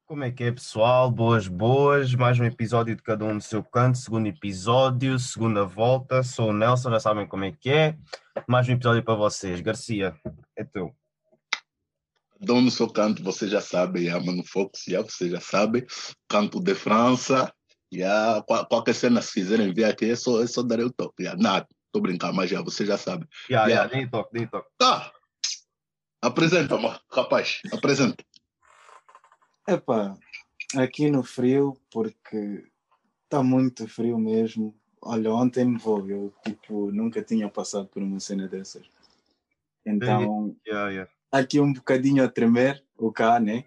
Como é que é, pessoal? Boas, boas. Mais um episódio de cada um no seu canto. Segundo episódio, segunda volta. Sou o Nelson, já sabem como é que é. Mais um episódio para vocês. Garcia, é teu. Dom no seu canto, você já sabe, Mano Fox, você já sabe, canto de França, qualquer cena, se quiserem ver aqui, é só dar o toque, nada, estou brincando, mas você já sabe. Nem toque, nem toque. Tá, apresenta, rapaz, apresenta. Epá, aqui no frio, porque está muito frio mesmo. Olha, ontem nevou, eu tipo, nunca tinha passado por uma cena dessas. Então, aqui um bocadinho a tremer o cá, né?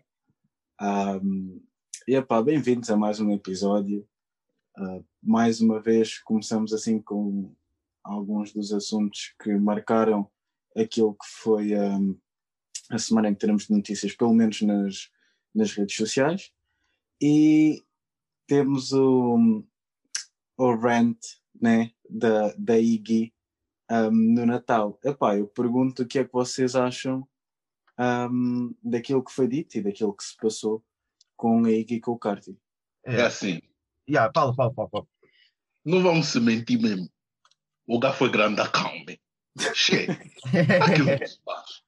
E epá, bem-vindos a mais um episódio. Mais uma vez começamos assim com alguns dos assuntos que marcaram aquilo que foi a semana em termos de notícias, pelo menos nas redes sociais. E temos o rant, né, da Iggy no Natal. Epá, eu pergunto o que é que vocês acham daquilo que foi dito e daquilo que se passou com a Iggy e com o Carti. É assim. Fala. Não vamos se mentir mesmo. O gato foi grande da calma. Chega. Aquilo não se faz.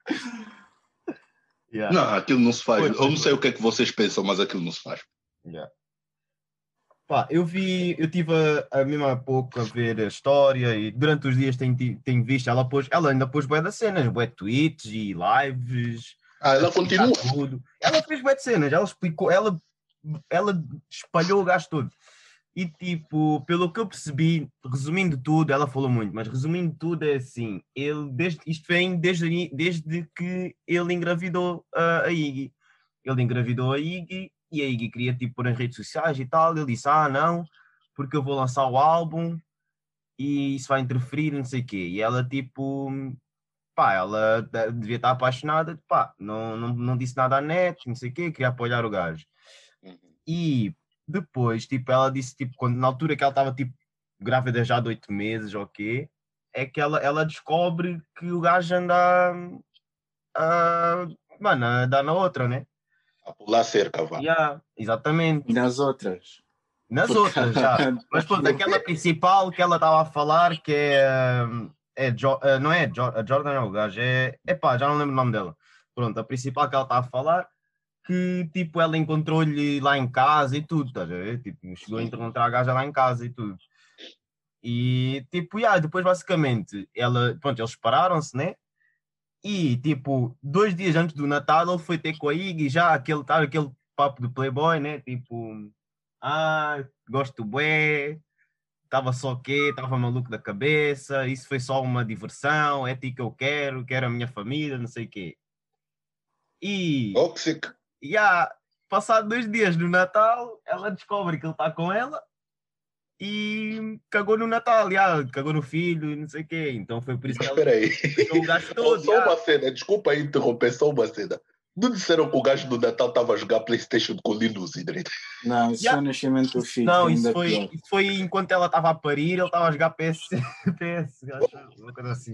Não, aquilo não se faz. Eu não sei o que é que vocês pensam, mas aquilo não se faz. Pá, eu tive a mesmo há pouco a ver a história e durante os dias tenho visto, ela ainda pôs bué das cenas, bué de tweets e lives. Ela continua. Tudo. Ela fez bué de cenas, ela explicou, ela espalhou o gajo todo. E tipo, pelo que eu percebi, resumindo tudo, ela falou muito, mas resumindo tudo é assim, isto vem desde que ele engravidou a Iggy. Ele engravidou a Iggy e a Iggy queria tipo pôr nas redes sociais e tal. Ele disse, não, porque eu vou lançar o álbum e isso vai interferir, não sei o quê. E ela tipo, pá, ela devia estar apaixonada, pá, não disse nada à net, não sei o quê, queria apoiar o gajo. E depois, tipo, ela disse, tipo, na altura que ela estava, tipo, grávida já de 8 meses, ou quê, é que ela descobre que o gajo anda mano, a dar na outra, né? A pular cerca, vá. Exatamente. E nas outras? Outras, já. Mas pronto, aquela principal que ela estava a falar, que não é a Jordan, é o gajo, pá, já não lembro o nome dela. Pronto, a principal que ela está a falar, que tipo, ela encontrou-lhe lá em casa e tudo, estás a ver? Tipo, chegou a encontrar a gaja lá em casa e tudo. E tipo, depois basicamente, eles separaram-se, né? E tipo, 2 dias antes do Natal, ele foi ter com a Iggy, já aquele papo do Playboy, né? Tipo, gosto do bué, estava só o quê? Estava maluco da cabeça, isso foi só uma diversão, é ti que eu quero a minha família, não sei o quê. E Tóxico. passado 2 dias do Natal, ela descobre que ele está com ela e cagou no Natal, cagou no filho e não sei o quê. Então foi por isso que ela pegou o gajo todo. Só uma cena, desculpa aí interromper, só uma cena. Não disseram que o gajo do Natal estava a jogar PlayStation com Linus e direito? Não, isso foi o nascimento do filho. Não, isso foi enquanto ela estava a parir, ele estava a jogar PS, uma coisa assim.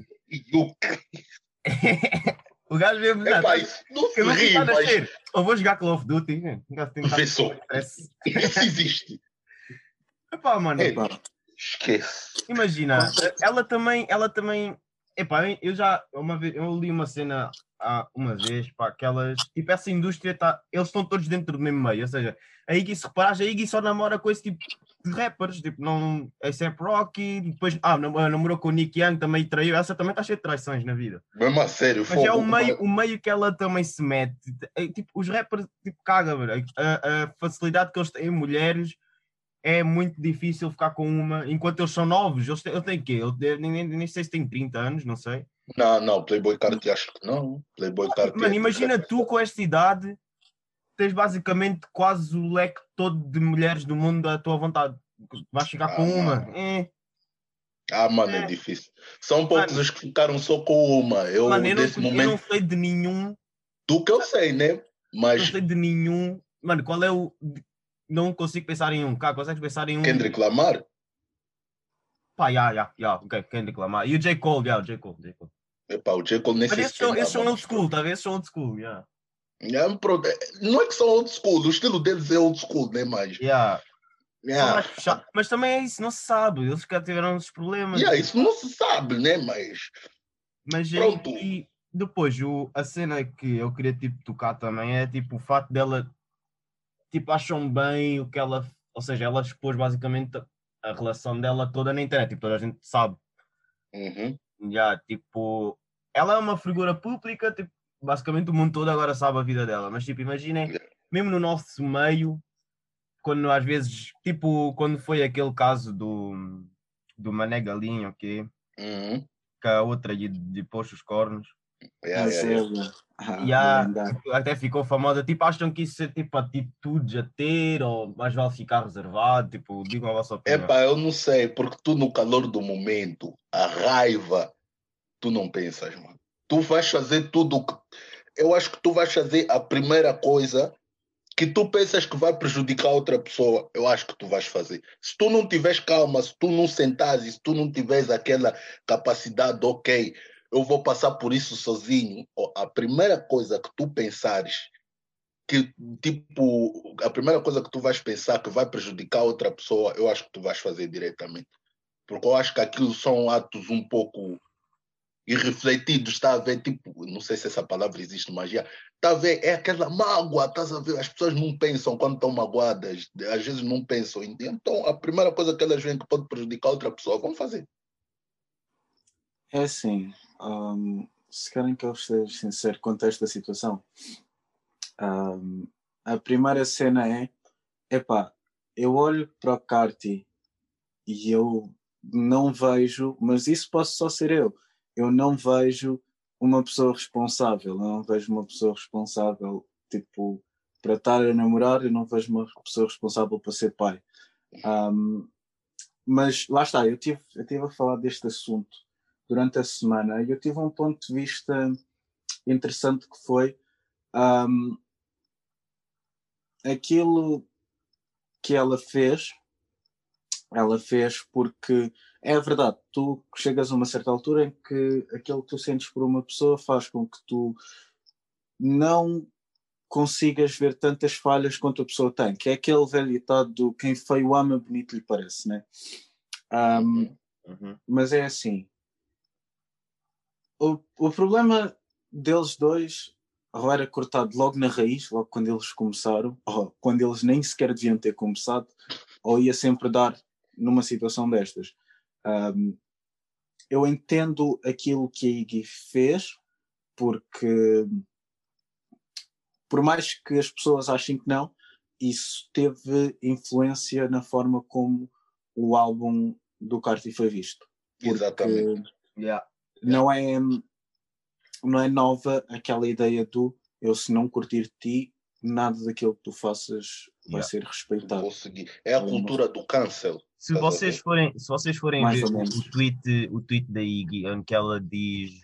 O gajo mesmo. Não se ri, mas... Eu vou jogar Call of Duty. Vê só. Isso existe. Epá, mano. Esquece. Imagina, ela também. Epá, eu li uma cena uma vez, pá, que elas, tipo, essa indústria eles estão todos dentro do mesmo meio, ou seja, a Iggy, se reparares, a Iggy só namora com esse tipo de rappers, tipo, não, A$AP Rocky, depois, namorou com o Nick Young, também traiu, essa também está cheia de traições na vida. Mesmo a sério, mas é o meio que ela também se mete, tipo, os rappers, tipo, caga, a facilidade que eles têm em mulheres é muito difícil ficar com uma, enquanto eles são novos. Eu tenho quê? Nem sei se tem 30 anos, não sei. Não, Playboy Carti acho que não. Playboy Carti. Mano, imagina tu com esta idade, tens basicamente quase o leque todo de mulheres do mundo à tua vontade. Vais ficar com uma. Mano, é difícil. São poucos os que ficaram só com uma. Eu não sei de nenhum. Do que eu sei, né? Mas... Não sei de nenhum. Mano, qual é o... Não consigo pensar em um. Consegues pensar em um? Kendrick Lamar? Pá, ok, Kendrick Lamar. E o J. Cole, o J. Cole. Epá, o J. Cole nem sei se esses são old school, tá a ver? Esses são old school, Não é que são old school, o estilo deles é old school, né? Mas Yeah. São yeah. mais fechados. Mas também é isso, não se sabe. Eles já tiveram esses problemas. Yeah, isso não se sabe, né? Mas Pronto. aí, depois, a cena que eu queria tipo, tocar também é tipo o facto dela, tipo, acham bem o que ela, ou seja, ela expôs basicamente a relação dela toda na internet, tipo, toda a gente sabe. Uhum. Já, tipo, ela é uma figura pública, tipo, basicamente o mundo todo agora sabe a vida dela, mas tipo, imaginem, mesmo no nosso meio, quando às vezes, tipo, quando foi aquele caso do Mané Galinho, ok? Uhum. Que a outra lhe pôs os cornos. Yeah, yeah, yeah. E até ficou famosa, tipo, acham que isso é tipo atitudes a ter ou mais vale ficar reservado, tipo, digam a vossa opinião. Epá, eu não sei, porque tu no calor do momento, a raiva, tu não pensas, mano. Tu vais fazer tudo o que... Eu acho que tu vais fazer a primeira coisa que tu pensas que vai prejudicar outra pessoa, eu acho que tu vais fazer. Se tu não tiveres calma, se tu não sentares, se tu não tiveres aquela capacidade, ok, eu vou passar por isso sozinho, a primeira coisa que tu pensares, que tipo, a primeira coisa que tu vais pensar que vai prejudicar outra pessoa, eu acho que tu vais fazer diretamente. Porque eu acho que aquilo são atos um pouco irrefletidos, está a ver, tipo, não sei se essa palavra existe, mas já, está a ver, é aquela mágoa, estás a ver, as pessoas não pensam quando estão magoadas, às vezes não pensam, então a primeira coisa que elas veem que pode prejudicar outra pessoa, vão fazer. É assim, se querem que eu seja sincero quanto a esta situação, a primeira cena epá, eu olho para o Carti e eu não vejo, mas isso posso só ser eu não vejo uma pessoa responsável, eu não vejo uma pessoa responsável, tipo, para estar a namorar, eu não vejo uma pessoa responsável para ser pai. Mas lá está, eu tive a falar deste assunto durante a semana e eu tive um ponto de vista interessante que foi aquilo que ela fez porque é verdade, tu chegas a uma certa altura em que aquilo que tu sentes por uma pessoa faz com que tu não consigas ver tantas falhas quanto a pessoa tem, que é aquele velho ditado do quem feio ama, bonito lhe parece, né? Mas é assim, o problema deles dois ou era cortado logo na raiz, logo quando eles começaram, ou quando eles nem sequer deviam ter começado, ou ia sempre dar numa situação destas. Eu entendo aquilo que a Iggy fez, porque por mais que as pessoas achem que não, isso teve influência na forma como o álbum do Carti foi visto. Porque exatamente. Não é nova aquela ideia do eu se não curtir de ti, nada daquilo que tu faças vai ser respeitado. Vou seguir. É a cultura do cancel. Se vocês forem mais ver ou menos o tweet da Iggy, em que ela diz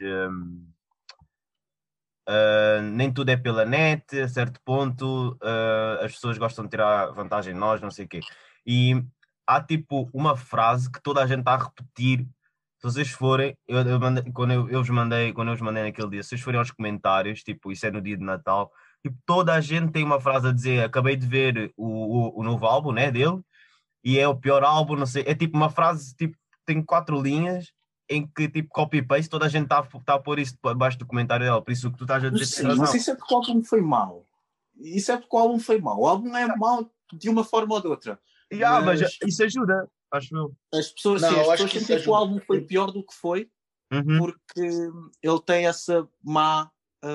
nem tudo é pela net, a certo ponto as pessoas gostam de tirar vantagem de nós, não sei o quê. E há tipo uma frase que toda a gente está a repetir. Se vocês forem, quando eu vos mandei naquele dia, se vocês forem aos comentários, tipo, isso é no dia de Natal, tipo, toda a gente tem uma frase a dizer: acabei de ver o novo álbum, né, dele, e é o pior álbum, não sei, é tipo uma frase, tipo, tem 4 linhas em que tipo copy-paste, toda a gente está a pôr isso abaixo do comentário dela, por isso o que tu estás a dizer tem razão. Mas isso é porque o álbum foi mau. O álbum é mau de uma forma ou de outra. Mas isso ajuda, acho eu. As pessoas sentem que o álbum foi pior do que foi, porque ele tem essa má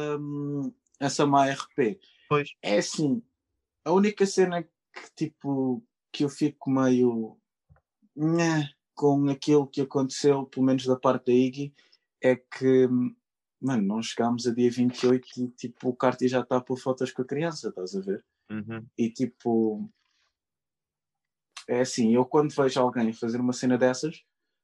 RP. Pois. É assim, a única cena que eu fico meio com aquilo que aconteceu, pelo menos da parte da Iggy, é que mano, não chegámos a dia 28 e tipo o Carti já está a pôr fotos com a criança, estás a ver? E tipo é assim, eu quando vejo alguém fazer uma cena dessas,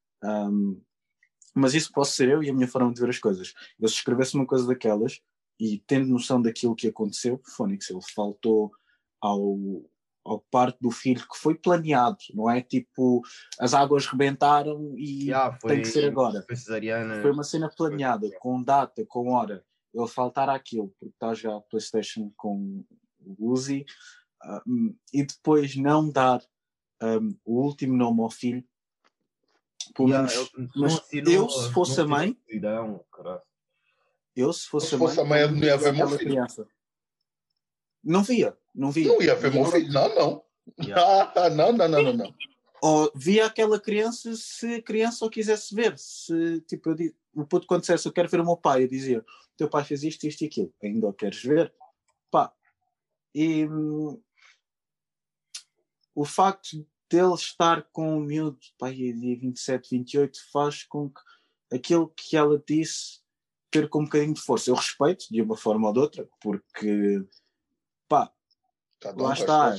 mas isso posso ser eu e a minha forma de ver as coisas. Eu se escrevesse uma coisa daquelas e tendo noção daquilo que aconteceu, Fónix, ele faltou ao parto do filho que foi planeado, não é tipo as águas rebentaram e tem que ser agora. Foi cesariana. Foi uma cena planeada, com data, com hora. ele faltar àquilo, porque está a jogar PlayStation com o Uzi, e depois não dar o último nome ao filho, pelo menos, mas eu, se fosse a mãe, se fosse a mãe, ele não ia ver meu filho. Criança. Não via. Não ia ver meu filho, não. Yeah. Não. Ou via aquela criança se a criança só quisesse ver. Se, tipo, o puto quando dissesse eu quero ver o meu pai, eu dizia, teu pai fez isto e aquilo. Ainda o queres ver? Pá. E o facto dele estar com o miúdo, pai, dia 27, 28, faz com que aquilo que ela disse perca um bocadinho de força. Eu respeito, de uma forma ou de outra, porque, pá, lá está.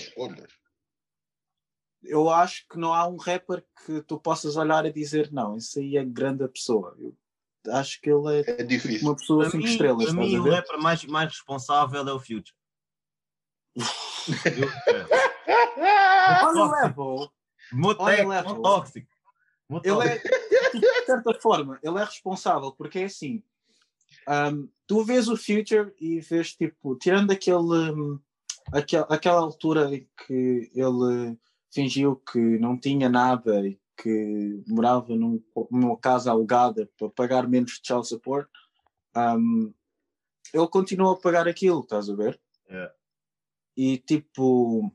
Eu acho que não há um rapper que tu possas olhar e dizer não, isso aí é grande pessoa. Eu acho que ele é difícil. Uma pessoa 5 estrelas. Para mim, o rapper mais responsável é o Future. Olha o level. Muito tóxico. Ele é, de certa forma, ele é responsável, porque é assim, tu vês o Future e vês, tipo, tirando aquela altura em que ele fingiu que não tinha nada e que morava numa casa alugada para pagar menos de child support, ele continua a pagar aquilo, estás a ver? Yeah. E tipo,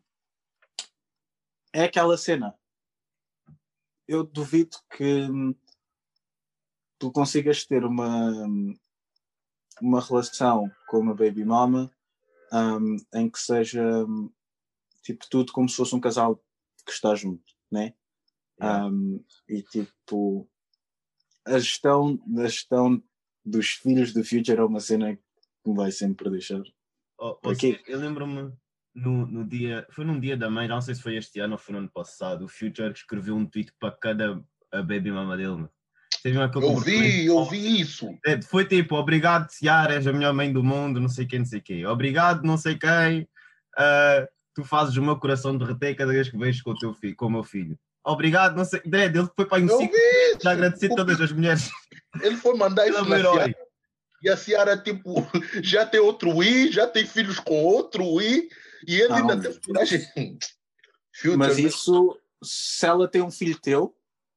é aquela cena. Eu duvido que tu consigas ter uma relação com uma baby mama em que seja tipo tudo como se fosse um casal que está junto, né? Yeah. E tipo, a gestão dos filhos do Future é uma cena que me vai sempre deixar. Eu lembro-me no dia, foi num dia da mãe, não sei se foi este ano ou foi no ano passado, o Future escreveu um tweet para cada a baby mama dele. Eu vi isso. Foi tipo, obrigado Ciara, és a melhor mãe do mundo, não sei quem. Obrigado não sei quem, tu fazes o meu coração derreter cada vez que vejo com o meu filho. Obrigado, não sei. Ele foi para um ciclo de agradecer todas as mulheres. Ele foi mandar isso na Ciara. E a Ciara, tipo, já tem outro I, já tem filhos com outro I, e ele ainda teve coragem. Mas isso, se ela tem um filho teu,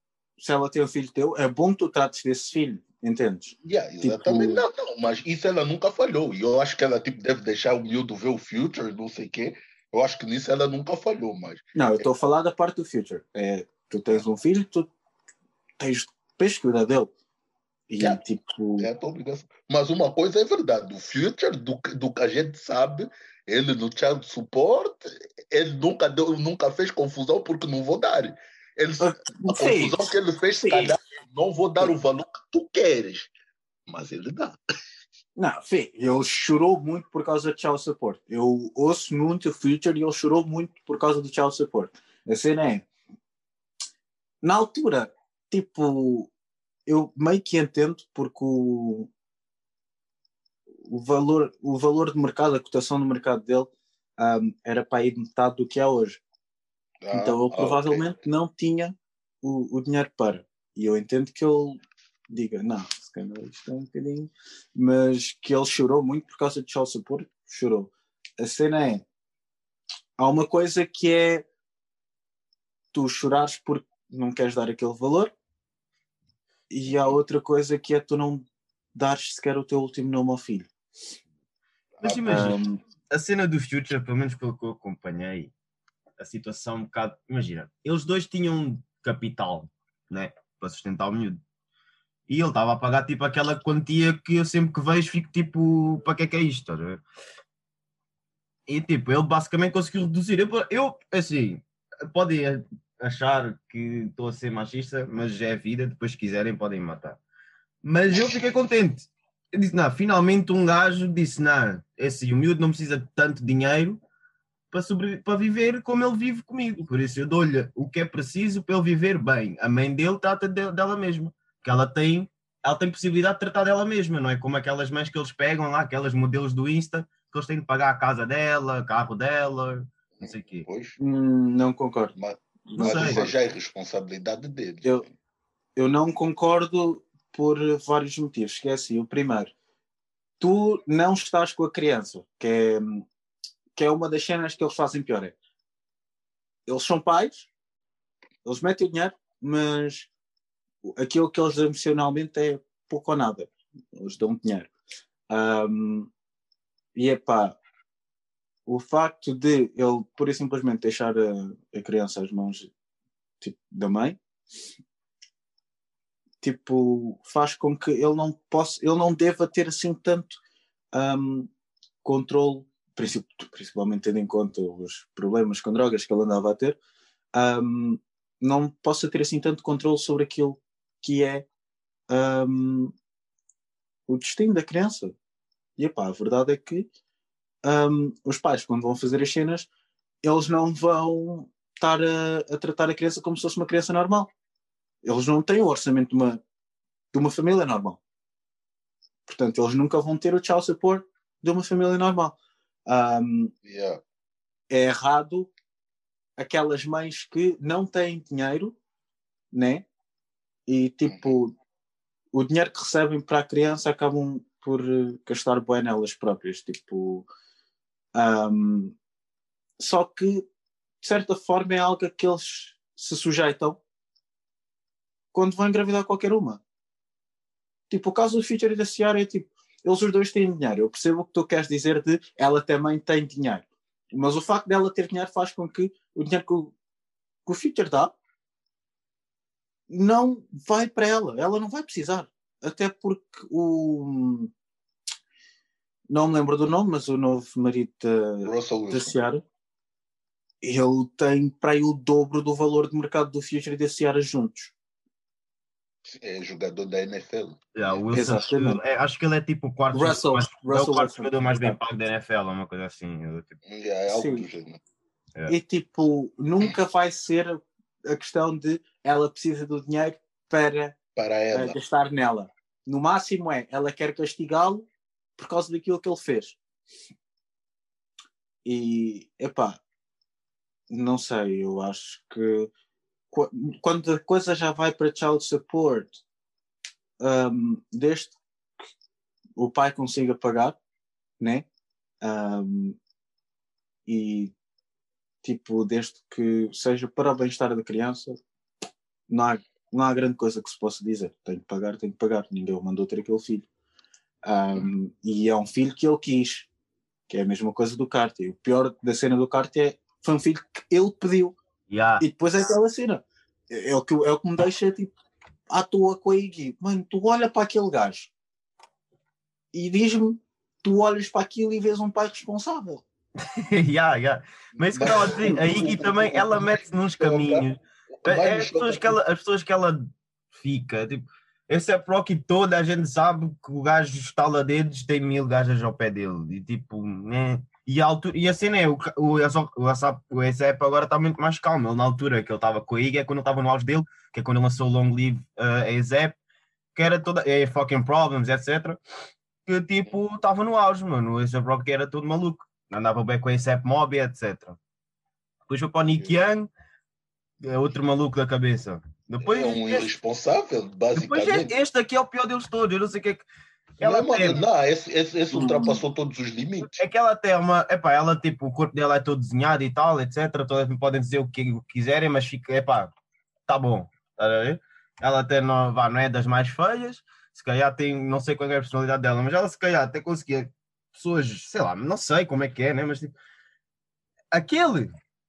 é bom que tu trates desse filho, entendes? Yeah, exatamente. Tipo... Não, mas isso ela nunca falhou. E eu acho que ela tipo, deve deixar o miúdo ver o Future, não sei o quê. Eu acho que nisso ela nunca falhou, mas... Não, eu estou a falar da parte do Future. Tu tens um filho, tu tens que cuidar dele. E tipo... É a tua obrigação. Mas uma coisa é verdade. O Future, do que a gente sabe, ele no child support, ele nunca fez confusão porque não vou dar. A confusão que ele fez, se calhar, não vou dar o valor que tu queres. Mas ele dá. Não, ele chorou muito por causa de child support. Eu ouço muito o Future e ele chorou muito por causa do child support. A cena é... Na altura, tipo... Eu meio que entendo porque o valor de mercado, a cotação do mercado dele era para ir metade do que é hoje. Então ele provavelmente não tinha o dinheiro para. E eu entendo que ele diga, não, se calhar isto é um bocadinho, mas que ele chorou muito por causa de child support, chorou. A cena é, há uma coisa que é tu chorares porque não queres dar aquele valor, e há outra coisa que é tu não dares sequer o teu último nome ao filho. Mas imagina, a cena do Future, pelo menos pelo que eu acompanhei, a situação um bocado... Imagina, eles dois tinham capital, né? Para sustentar o miúdo. E ele estava a pagar tipo aquela quantia que eu sempre que vejo fico tipo, para que é isto? Tá? E tipo, ele basicamente conseguiu reduzir. Eu assim, podem achar que estou a ser machista, mas já é vida, depois se quiserem podem me matar. Mas eu fiquei contente. Eu disse, não, finalmente um gajo disse, não, é assim, o miúdo não precisa de tanto dinheiro para viver como ele vive comigo. Por isso eu dou-lhe o que é preciso para ele viver bem. A mãe dele trata dela mesma. Que ela tem possibilidade de tratar dela mesma, não é como aquelas mães que eles pegam lá, aquelas modelos do Insta, que eles têm de pagar a casa dela, carro dela, não sei o quê. Pois. Não concordo. Mas isso já é responsabilidade dele. Eu não concordo por vários motivos. Que é assim, o primeiro, tu não estás com a criança, que é uma das cenas que eles fazem pior. Eles são pais, eles metem o dinheiro, mas aquilo que eles dão emocionalmente é pouco ou nada. Eles dão dinheiro. E o facto de ele pura e simplesmente deixar a criança às mãos tipo, da mãe, tipo, faz com que ele não deva ter assim tanto controle, principalmente tendo em conta os problemas com drogas que ele andava a ter, não possa ter assim tanto controle sobre aquilo que é o destino da criança. E a verdade é que os pais, quando vão fazer as cenas, eles não vão estar a tratar a criança como se fosse uma criança normal. Eles não têm o orçamento de uma família normal. Portanto, eles nunca vão ter o child support de uma família normal. É errado aquelas mães que não têm dinheiro, né? E tipo, o dinheiro que recebem para a criança acabam por gastar bem nelas próprias. Tipo, só que, de certa forma, é algo que eles se sujeitam quando vão engravidar qualquer uma. Tipo, o caso do Future e da Ciara é tipo, eles os dois têm dinheiro. Eu percebo o que tu queres dizer de ela também tem dinheiro. Mas o facto dela ter dinheiro faz com que o dinheiro que o Future dá não vai para ela. Ela não vai precisar. Até porque não me lembro do nome, mas o novo marido da Ciara, ele tem para aí o dobro do valor de mercado do Future e da Ciara juntos. É jogador da NFL. O Wilson, acho que ele é tipo o quarto jogador mais bem pago da NFL, uma coisa assim. É algo do gênero. E tipo, nunca vai ser a questão de ela precisa do dinheiro para ela gastar nela. No máximo ela quer castigá-lo por causa daquilo que ele fez. E, não sei, eu acho que quando a coisa já vai para child support, desde que o pai consiga pagar, né? E tipo, desde que seja para o bem-estar da criança, não há grande coisa que se possa dizer. Tenho que pagar. Ninguém o mandou ter aquele filho. E é um filho que ele quis, que é a mesma coisa do Carter. O pior da cena do Carter foi um filho que ele pediu. E depois é aquela cena. É o que me deixa tipo, à toa com a Iggy. Mano, tu olha para aquele gajo e diz-me, tu olhas para aquilo e vês um pai responsável. Mas que ela diz, a Iggy também, ela mete-se nos caminhos. As pessoas que ela fica, tipo, esse é Rocky todo, a gente sabe que o gajo estala dedos, tem 1000 gajas ao pé dele. E tipo, né? E a cena é, o ASAP agora está muito mais calmo. Ele na altura que ele estava com a Iggy é quando ele estava no auge dele, que é quando ele lançou o Long Live ASAP, que era toda, fucking problems, etc. Que tipo, estava no auge, mano. O ASAP Rocky era todo maluco. Andava bem com a ASAP Mob, etc. Depois foi para o Nick Young, outro maluco da cabeça. Depois, é um irresponsável, basicamente. Depois este aqui é o pior deles todos. Eu não sei o que é que. Esse ultrapassou todos os limites. É que ela tem ela tipo, o corpo dela é todo desenhado e tal, etc. Todas podem dizer o que quiserem, mas fica, tá bom. Tá a ver? Ela até não é das mais feias, se calhar tem, não sei qual é a personalidade dela, mas ela se calhar até conseguia pessoas, sei lá, não sei como é que é, né? Mas tipo, aquele.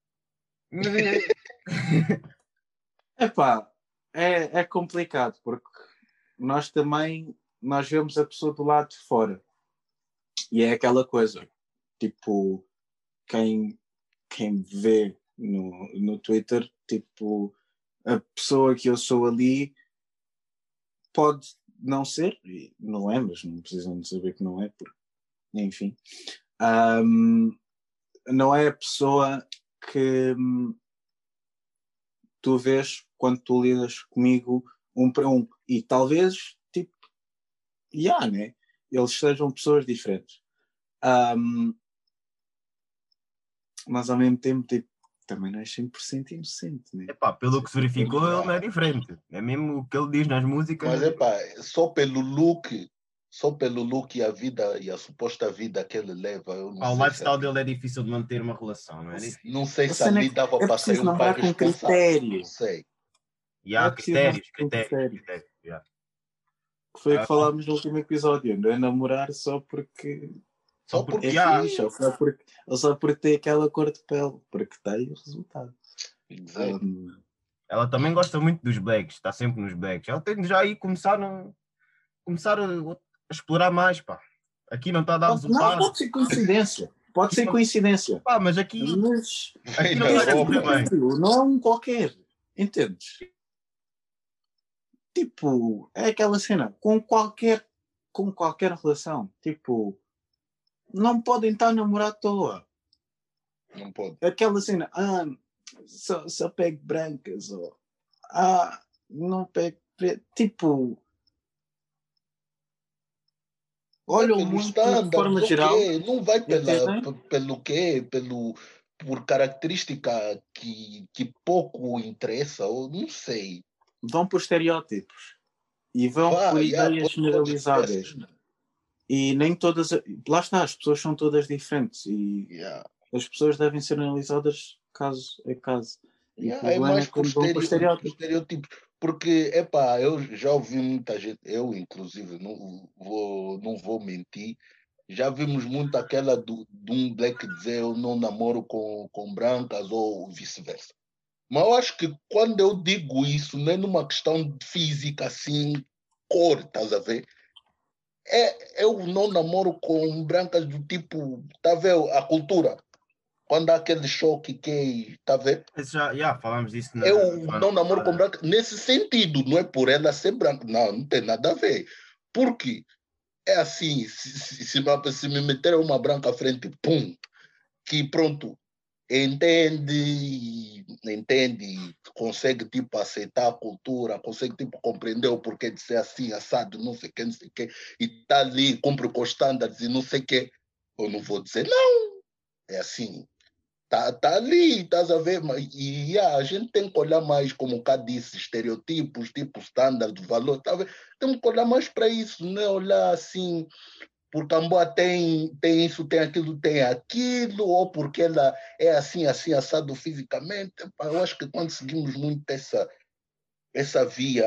É complicado, porque nós vemos a pessoa do lado de fora e é aquela coisa, tipo, quem vê no Twitter, tipo, a pessoa que eu sou ali pode não ser, e não é, mas não precisam de saber que não é, porque, enfim, não é a pessoa que tu vês quando tu lidas comigo um para um. E talvez, tipo, né? Eles sejam pessoas diferentes. Mas ao mesmo tempo, tipo, também não é 100% inocente, né? Pelo que se verificou, ele não é diferente. É mesmo o que ele diz nas músicas. Mas, só pelo look, só pelo look e a vida e a suposta vida que ele leva, eu não Pá, o sei se lifestyle ali, dele é difícil de manter uma relação, não é? não sei A se cena é ali que dava é para sair preciso um pai namorar com responsável. critério. Não sei. E há É preciso namorar com critérios. critério. Yeah. Foi o que falámos no último episódio, não é namorar só porque Só é porque fixe, ou só porque tem aquela cor de pele, porque tem o resultado. Ela também gosta muito dos blacks, está sempre nos blacks. Ela tem de já aí começar a explorar mais, pá. Aqui não está a dar Não, resultado. pode ser coincidência. Pode ser coincidência. Pá, mas aqui Aqui não na está a Europa, correr bem. Não é um qualquer. Entendes? Tipo, é aquela cena. Com qualquer relação. Tipo, não podem estar a namorar à toa. não pode. Aquela cena. Só pego brancas. Ou, não pego preto. Tipo... Olha o mundo de forma geral. Não vai Entendem? pelo quê? Por característica que pouco interessa, ou não sei. Vão por estereótipos. E vão por ideias generalizadas. E nem todas... Lá está, as pessoas são todas diferentes. E as pessoas devem ser analisadas caso a caso. E o problema é mais é quando vão por estereótipos. Porque, eu já ouvi muita gente, eu inclusive, não vou mentir, já vimos muito aquela de um black dizer eu não namoro com brancas ou vice-versa. Mas eu acho que quando eu digo isso, não é numa questão de física, assim, cor, estás a ver? Eu não namoro com brancas do tipo, tá a ver, a cultura. Quando há aquele choque que, tá a ver? Já falámos disso. Eu não namoro com branca nesse sentido, não é por ela ser branca. Não tem nada a ver. Porque é assim, se me meter uma branca à frente, pum, que pronto, entende, consegue tipo aceitar a cultura, consegue tipo compreender o porquê de ser assim, assado, não sei o que, e está ali, cumpre com os estándares e não sei o que, eu não vou dizer não, é assim, tá ali, estás a ver, e a gente tem que olhar mais, como o Cá disse, estereotipos, tipo estándares, valor, tá a ver? Temos que olhar mais para isso, não é olhar assim porque a Camboa tem isso, tem aquilo, ou porque ela é assim, assado fisicamente. Eu acho que quando seguimos muito essa via,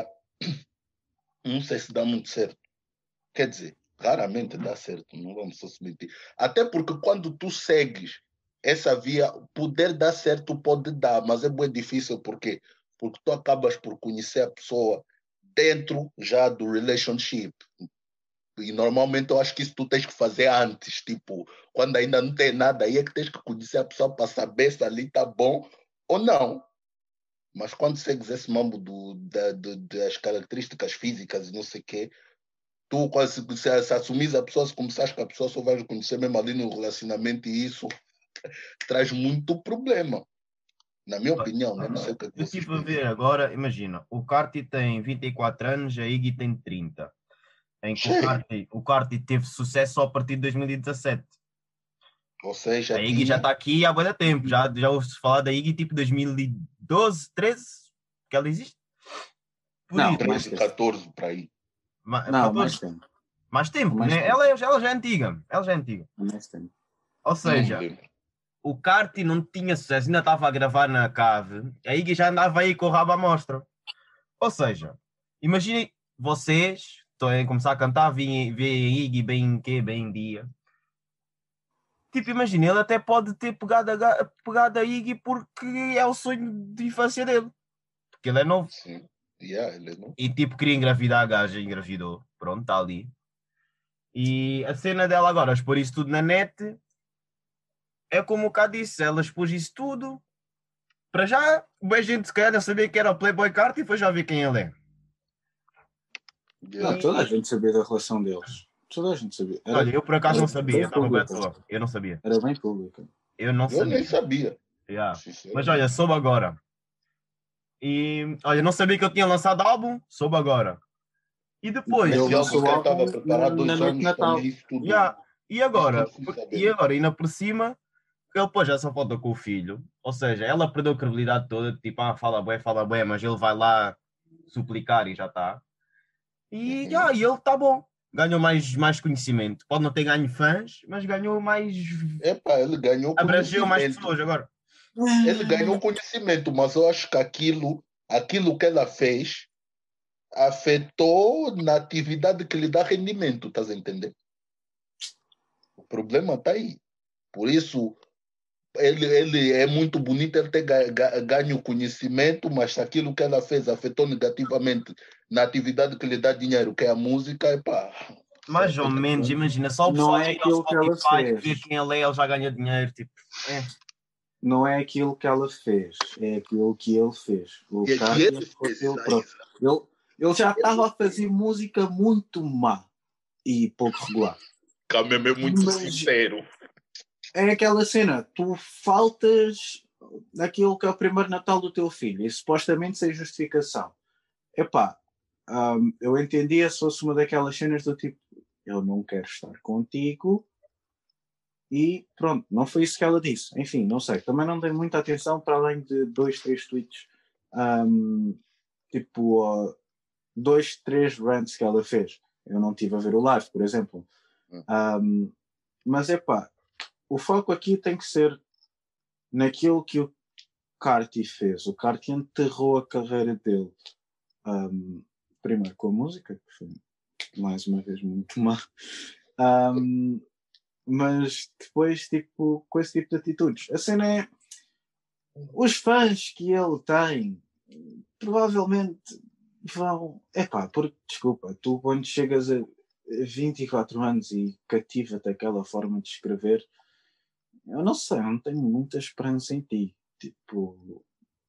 não sei se dá muito certo. Quer dizer, raramente dá certo, não vamos só se mentir. Até porque quando tu segues essa via, poder dar certo pode dar, mas é muito difícil, porque tu acabas por conhecer a pessoa dentro já do relationship. E normalmente eu acho que isso tu tens que fazer antes, tipo, quando ainda não tem nada, aí é que tens que conhecer a pessoa para saber se ali está bom ou não. Mas quando segues esse mambo das características físicas e não sei o quê, tu, se assumires a pessoa, se começares com a pessoa, só vais conhecer mesmo ali no relacionamento e isso traz muito problema. Na minha opinião, né? Não sei o que Eu vocês estive a pensam. ver agora, imagina, o Carti tem 24 anos, a Iggy tem 30. Em que o Carti teve sucesso só a partir de 2017. Ou seja, A Iggy já está aqui há muito tempo. Já ouve-se falar da Iggy tipo 2012, 13, que ela existe? Por Não, isso. 13, 14 para aí. Não, mais tempo. Mais tempo, Mais né? tempo. Ela já é antiga. Ela já é antiga. Mais tempo. Ou seja, o Carti não tinha sucesso, ainda estava a gravar na cave. A Iggy já andava aí com o rabo à mostra. Ou seja, imaginem vocês estão a começar a cantar, veem a Iggy bem em dia. Tipo, imagina, ele até pode ter pegado a Iggy porque é o sonho de infância dele. Porque ele é novo. Sim. Ele é novo. E tipo, queria engravidar a gaja, engravidou. Pronto, está ali. E a cena dela agora, expor isso tudo na net, é como o cá disse, ela expôs isso tudo. Para já, a gente se calhar não sabia que era o Playboy Carti e depois já vi quem ele é. Não, toda a gente sabia da relação deles. Toda a gente sabia. Olha, eu por acaso não sabia, eu estava bem à toa. Eu não sabia. Era bem pública. Eu não sabia. Eu nem sabia. Yeah. Mas olha, soube agora. E olha, não sabia que eu tinha lançado álbum, soube agora. E depois. Esse álbum que eu estava preparado 2 anos Natal. isso tudo. Yeah. E agora, ainda por cima, ele depois já só falta com o filho. Ou seja, ela perdeu a credibilidade toda, tipo, fala bué, mas ele vai lá suplicar e já está. E ele está bom. ganhou mais conhecimento. Pode não ter ganho fãs, mas ganhou mais. Epá, ele ganhou Abrangeu mais conhecimento. pessoas agora. Ele ganhou conhecimento, mas eu acho que aquilo que ela fez afetou na atividade que lhe dá rendimento, estás a entender? O problema está aí. Por isso, ele é muito bonito ele ter ganho conhecimento, mas aquilo que ela fez afetou negativamente na atividade que lhe dá dinheiro, que é a música, epá. Mais ou menos, imagina, só o Não pessoal é ir ao aquilo que ela Spotify fez. ver quem ele já ganha dinheiro, tipo, Não é aquilo que ela fez, é aquilo que ele fez. O E é que Cardi ele foi fez, ele próprio. Ele já estava a fazer música muito má e pouco regular. Camem é muito Mas sincero. é aquela cena, tu faltas naquilo que é o primeiro Natal do teu filho e supostamente sem justificação. Epá, eu entendia se fosse uma daquelas cenas do tipo, eu não quero estar contigo e pronto, não foi isso que ela disse. Enfim, não sei, também não dei muita atenção para além de 2, 3 tweets, tipo, 2, 3 rants que ela fez. Eu não estive a ver o live, por exemplo. Mas epá, o foco aqui tem que ser naquilo que o Carti fez. O Carti enterrou a carreira dele. Primeiro com a música, que foi mais uma vez muito má. Mas depois, tipo, com esse tipo de atitudes. A cena é os fãs que ele tem provavelmente vão. Epá, porque desculpa, tu quando chegas a 24 anos e cativa-te aquela forma de escrever, eu não sei, eu não tenho muita esperança em ti. Tipo.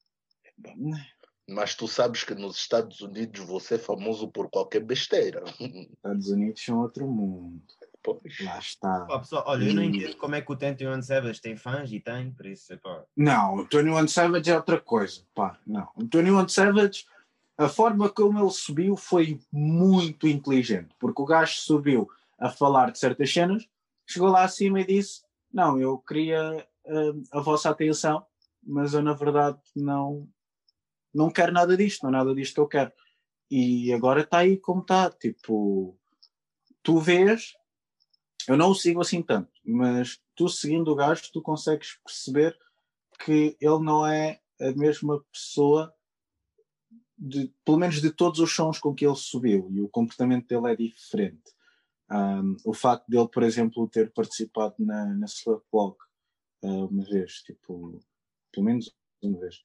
Mas tu sabes que nos Estados Unidos você é famoso por qualquer besteira. Estados Unidos são outro mundo. Pois. Lá está. pá, pessoal, olha, eu não entendo como é que o 21 Savage tem fãs e tem, por isso, pá. Não, o 21 Savage é outra coisa. Pá, não. O 21 Savage, a forma como ele subiu foi muito inteligente, porque o gajo subiu a falar de certas cenas, chegou lá acima e disse: não, eu queria a vossa atenção, mas eu na verdade não quero nada disto, não é nada disto que eu quero. E agora está aí como está, tipo, tu vês, eu não o sigo assim tanto, mas tu seguindo o gajo, tu consegues perceber que ele não é a mesma pessoa, pelo menos de todos os sons com que ele subiu, e o comportamento dele é diferente. O facto dele, por exemplo, ter participado na Slut Walk uma vez, tipo, pelo menos uma vez,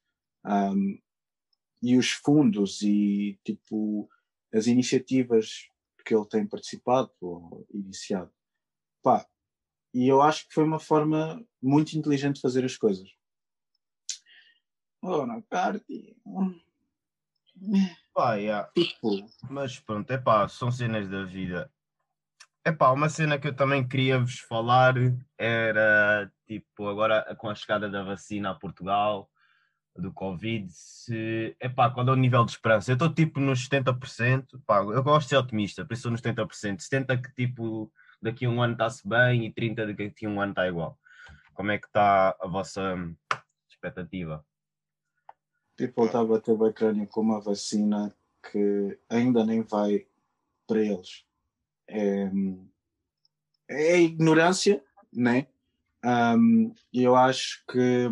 e os fundos e tipo as iniciativas que ele tem participado ou iniciado, pá, e eu acho que foi uma forma muito inteligente de fazer as coisas. Na Cardi. Pá, yeah. Tipo, Mas pronto, é pá, são cenas da vida. É pá, uma cena que eu também queria vos falar era, tipo, agora com a chegada da vacina a Portugal, do Covid, epá, qual é o nível de esperança? Eu estou tipo nos 70%, pá, eu gosto de ser otimista, por isso estou nos 70%. 70% que tipo, daqui a um ano está-se bem e 30% daqui a um ano está igual. Como é que está a vossa expectativa? people está a bater o crânio com uma vacina que ainda nem vai para eles. É ignorância, né? E eu acho que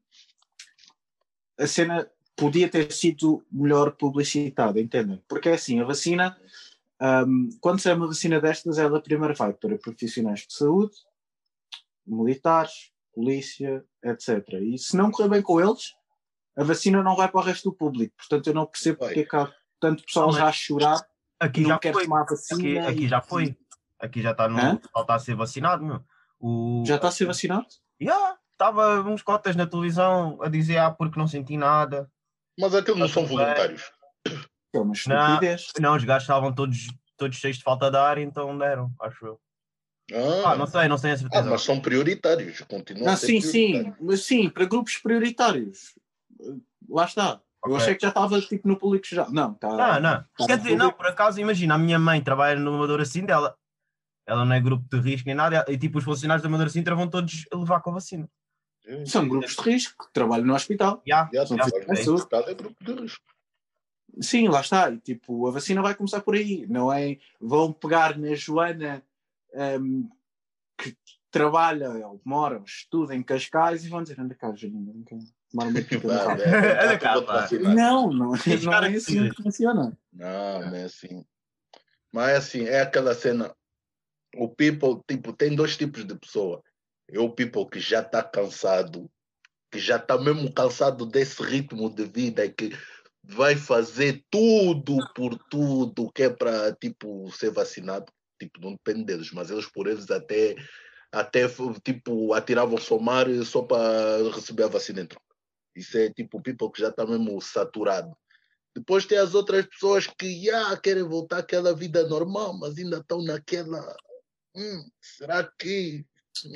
a cena podia ter sido melhor publicitada, entendem? Porque é assim, a vacina, quando sai uma vacina destas, ela primeiro vai para profissionais de saúde, militares, polícia, etc. E se não correr bem com eles, a vacina não vai para o resto do público. Portanto, eu não percebo porque é que há tanto pessoal já a chorar aqui que não já quer foi. tomar a vacina. Aqui já foi. Aqui já está no. Está a ser vacinado, meu. Já está a ser vacinado? Estava uns cotas na televisão a dizer porque não senti nada. Mas aqueles não são voluntários. É uma estupidez. Não, os gajos estavam todos cheios de falta de ar, então deram, acho eu. Não sei a certeza. Mas são prioritários, continuam a ser prioritários. Mas sim, para grupos prioritários. Lá está. Eu achei que já estava tipo no público já. Não, está. Não. Quer dizer, não, por acaso, imagina, a minha mãe trabalha no Amadora Sintra, ela não é grupo de risco nem nada, e tipo, os funcionários da Amadora Sintra vão todos levar com a vacina. São grupos de risco que trabalham no hospital. É grupo de risco. Sim, lá está. E, tipo, a vacina vai começar por aí. Não é? Vão pegar na Joana que trabalha, ou mora, ou estuda em Cascais e vão dizer, anda cá, Joana, vem cá, tomar uma pica no rabo. Olha Tu vou cá, te pá. vacinar. Não Esse cara é que assim que funciona. Não é assim. Mas é assim, é aquela cena. O people, tipo, tem dois tipos de pessoa. É o people que já está cansado, que já está mesmo cansado desse ritmo de vida e que vai fazer tudo por tudo que é para, tipo, ser vacinado. Tipo, não depende deles, mas eles por eles até tipo, atiravam somar só para receber a vacina em troca. Isso é tipo o people que já está mesmo saturado. Depois tem as outras pessoas que querem voltar àquela vida normal, mas ainda estão naquela. Será que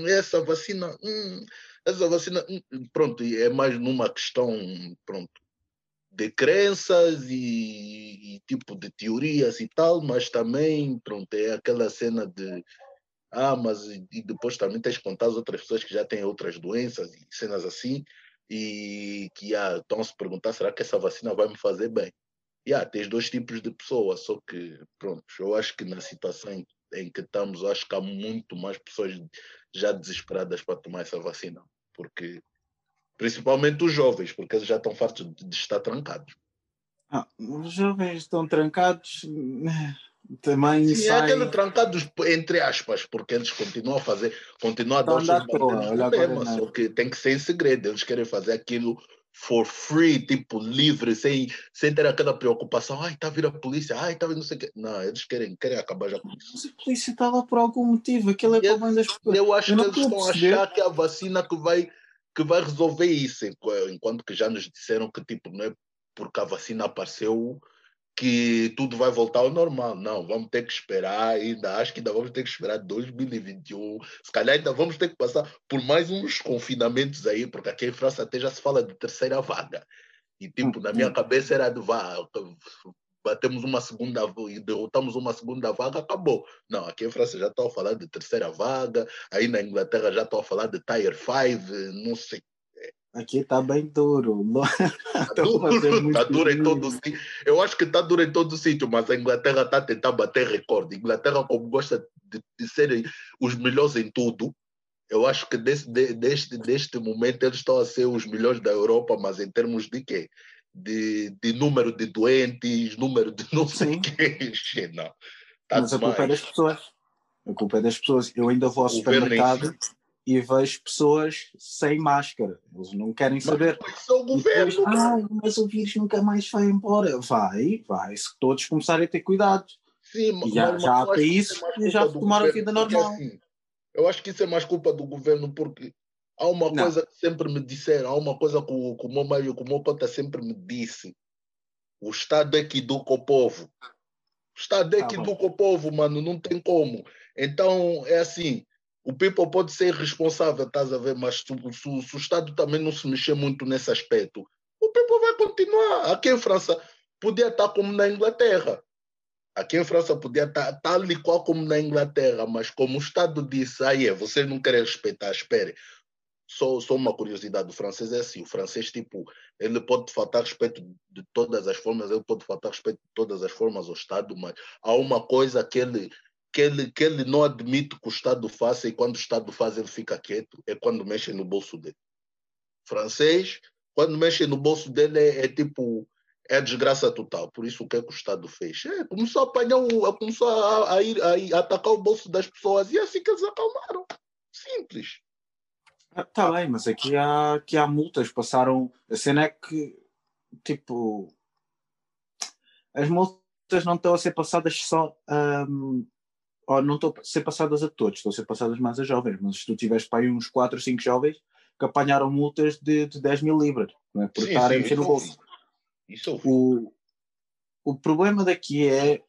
essa vacina, pronto, é mais numa questão, pronto, de crenças e tipo de teorias e tal, mas também, pronto, é aquela cena de mas e depois também tens que contar as outras pessoas que já têm outras doenças e cenas assim, e que estão a se perguntar, será que essa vacina vai me fazer bem? Tens dois tipos de pessoas, só que, pronto, eu acho que na situação em que estamos, eu acho que há muito mais pessoas já desesperadas para tomar essa vacina, porque, principalmente os jovens, porque eles já estão fartos de estar trancados. Os jovens estão trancados, também Sim, é aquele saem, trancados entre aspas, porque eles continuam a dar estão a os seus andar à toa, bandeiros olha do agora tema, não. só que tem que ser em segredo, eles querem fazer aquilo for free, tipo livre, sem ter aquela preocupação, está a vir a polícia, está a vir não sei o quê. Não, eles querem acabar já com isso. Mas a polícia está lá por algum motivo, aquilo é E para o bem das pessoas. eu acho Eu que não eles estou a estão a perceber. achar que é a vacina que vai resolver isso, enquanto que já nos disseram que tipo, não é porque a vacina apareceu que tudo vai voltar ao normal. Não, vamos ter que esperar ainda, acho que ainda vamos ter que esperar 2021, se calhar ainda vamos ter que passar por mais uns confinamentos aí, porque aqui em França até já se fala de terceira vaga. E tipo, na minha cabeça era de batemos uma segunda e derrotamos uma segunda vaga, acabou. Não, aqui em França já estão a falar de terceira vaga, aí na Inglaterra já estão a falar de Tier 5, não sei. Aqui está bem duro. Está Estão a fazer duro, muito tá duro em todo o dinheiro. sítio. Eu acho que está duro em todo o sítio, mas a Inglaterra está a tentar bater recorde. A Inglaterra, como gosta de serem os melhores em tudo, eu acho que deste momento eles estão a ser os melhores da Europa, mas em termos de quê? De número de doentes, número de não sei o Sim, quê. Não, está mas a culpa é das demais. pessoas. A culpa é das pessoas. Eu ainda vou O ao governo em si. supermercado e vejo pessoas sem máscara. Eles não querem Mas saber. isso é o E depois, governo, mano. mas o vírus nunca mais vai embora. Vai. Se todos começarem a ter cuidado. Sim, E mas já há eu acho que isso é países mais que já culpa do retomaram a governo, vida porque normal. assim, eu acho que isso é mais culpa do governo, porque há uma Não. coisa que sempre me disseram, há uma coisa que o meu marido, que o meu cota sempre me disse: o Estado é que educa o povo. O Estado é que Bom. educa o povo, mano, não tem como. Então, é assim, o people pode ser responsável, estás a ver, mas se o Estado também não se mexer muito nesse aspecto, o people vai continuar. Aqui em França, podia estar como na Inglaterra. Aqui em França podia estar tal e qual como na Inglaterra, mas como o Estado disse, vocês não querem respeitar, espere. Só uma curiosidade, o francês é assim, o francês, tipo, ele pode faltar respeito de todas as formas, ele pode faltar respeito de todas as formas ao Estado, mas há uma coisa que ele não admite que o Estado faça, e quando o Estado faz ele fica quieto, é quando mexe no bolso dele. Francês, quando mexe no bolso dele, é tipo, é desgraça total. Por isso, o que é que o Estado fez? Começou a apanhar, começou a atacar o bolso das pessoas, e é assim que eles acalmaram. Simples. Tá bem, mas aqui há multas. Passaram. A cena é que, tipo, as multas não estão a ser passadas só. Ou não estão a ser passadas a todos, estão a ser passadas mais a jovens. Mas se tu tiveres para aí uns 4 ou 5 jovens que apanharam multas de 10 mil libras, não é? Por Sim, estar a sim, mexer no bolso. isso eu vi. O problema daqui é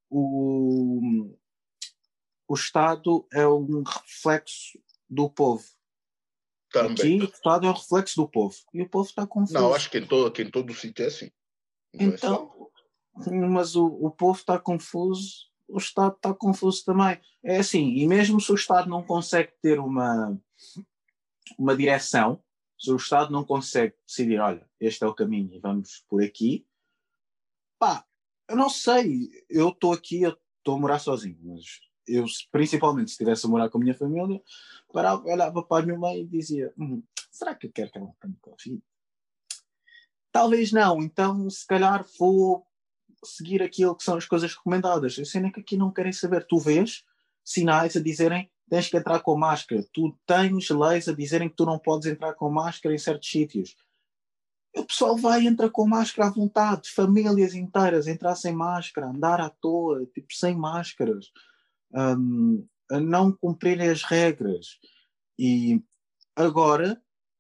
o Estado é um reflexo do povo. Também. Aqui o Estado é um reflexo do povo. E o povo está Não, confuso. acho que em todo sítio é assim. Não é só. Então, mas o povo está confuso, o Estado está confuso também. É assim, e mesmo se o Estado não consegue ter uma direção, se o Estado não consegue decidir, olha, este é o caminho e vamos por aqui, Pá, eu não sei, eu estou aqui, eu estou a morar sozinho, mas eu, principalmente, se estivesse a morar com a minha família, olhava para a minha mãe e dizia, será que eu quero que ela tenha Covid? Talvez não, então se calhar vou seguir aquilo que são as coisas recomendadas. Eu sei nem que aqui não querem saber. Tu vês sinais a dizerem tens que entrar com máscara. Tu tens leis a dizerem que tu não podes entrar com máscara em certos sítios. O pessoal vai e entra com máscara à vontade. Famílias inteiras entrar sem máscara, andar à toa, tipo, sem máscaras. A não cumprirem as regras. E agora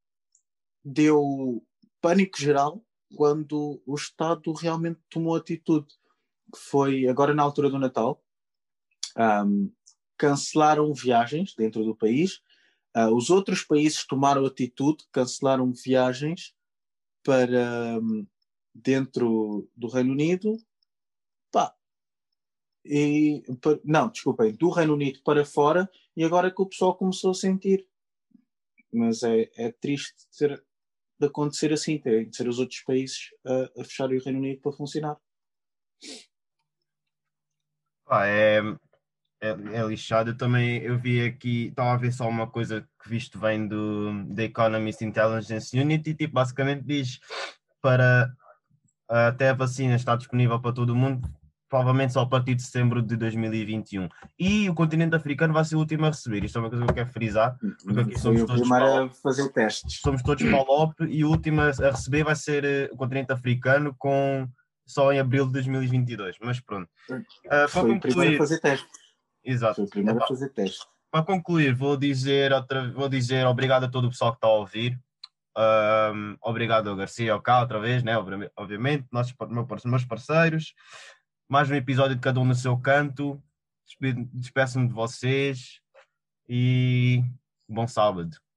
deu pânico geral quando o Estado realmente tomou atitude. Que foi agora na altura do Natal. Cancelaram viagens dentro do país. Os outros países tomaram atitude, cancelaram viagens para dentro do Reino Unido. Pá. Não, desculpem, do Reino Unido para fora, e agora que o pessoal começou a sentir. Mas é triste de acontecer assim, terem de ser os outros países a fecharem o Reino Unido para funcionar. É lixado. Eu também eu vi aqui, estava a ver só uma coisa que visto vem da Economist Intelligence Unit e tipo, basicamente diz para até a vacina estar disponível para todo o mundo, provavelmente só a partir de setembro de 2021. E o continente africano vai ser o último a receber. Isto é uma coisa que eu quero frisar, porque aqui Foi o primeiro a fazer testes. Somos todos PALOP e o último a receber vai ser o continente africano só em abril de 2022. Mas pronto. Foi o primeiro a fazer testes. Exato. Foi o primeiro a fazer testes. Para concluir, vou dizer obrigado a todo o pessoal que está a ouvir. Obrigado ao Garcia, ao Cá, outra vez, né? Obviamente, meus parceiros. Mais um episódio de cada um no seu canto. Despeço-me de vocês e bom sábado.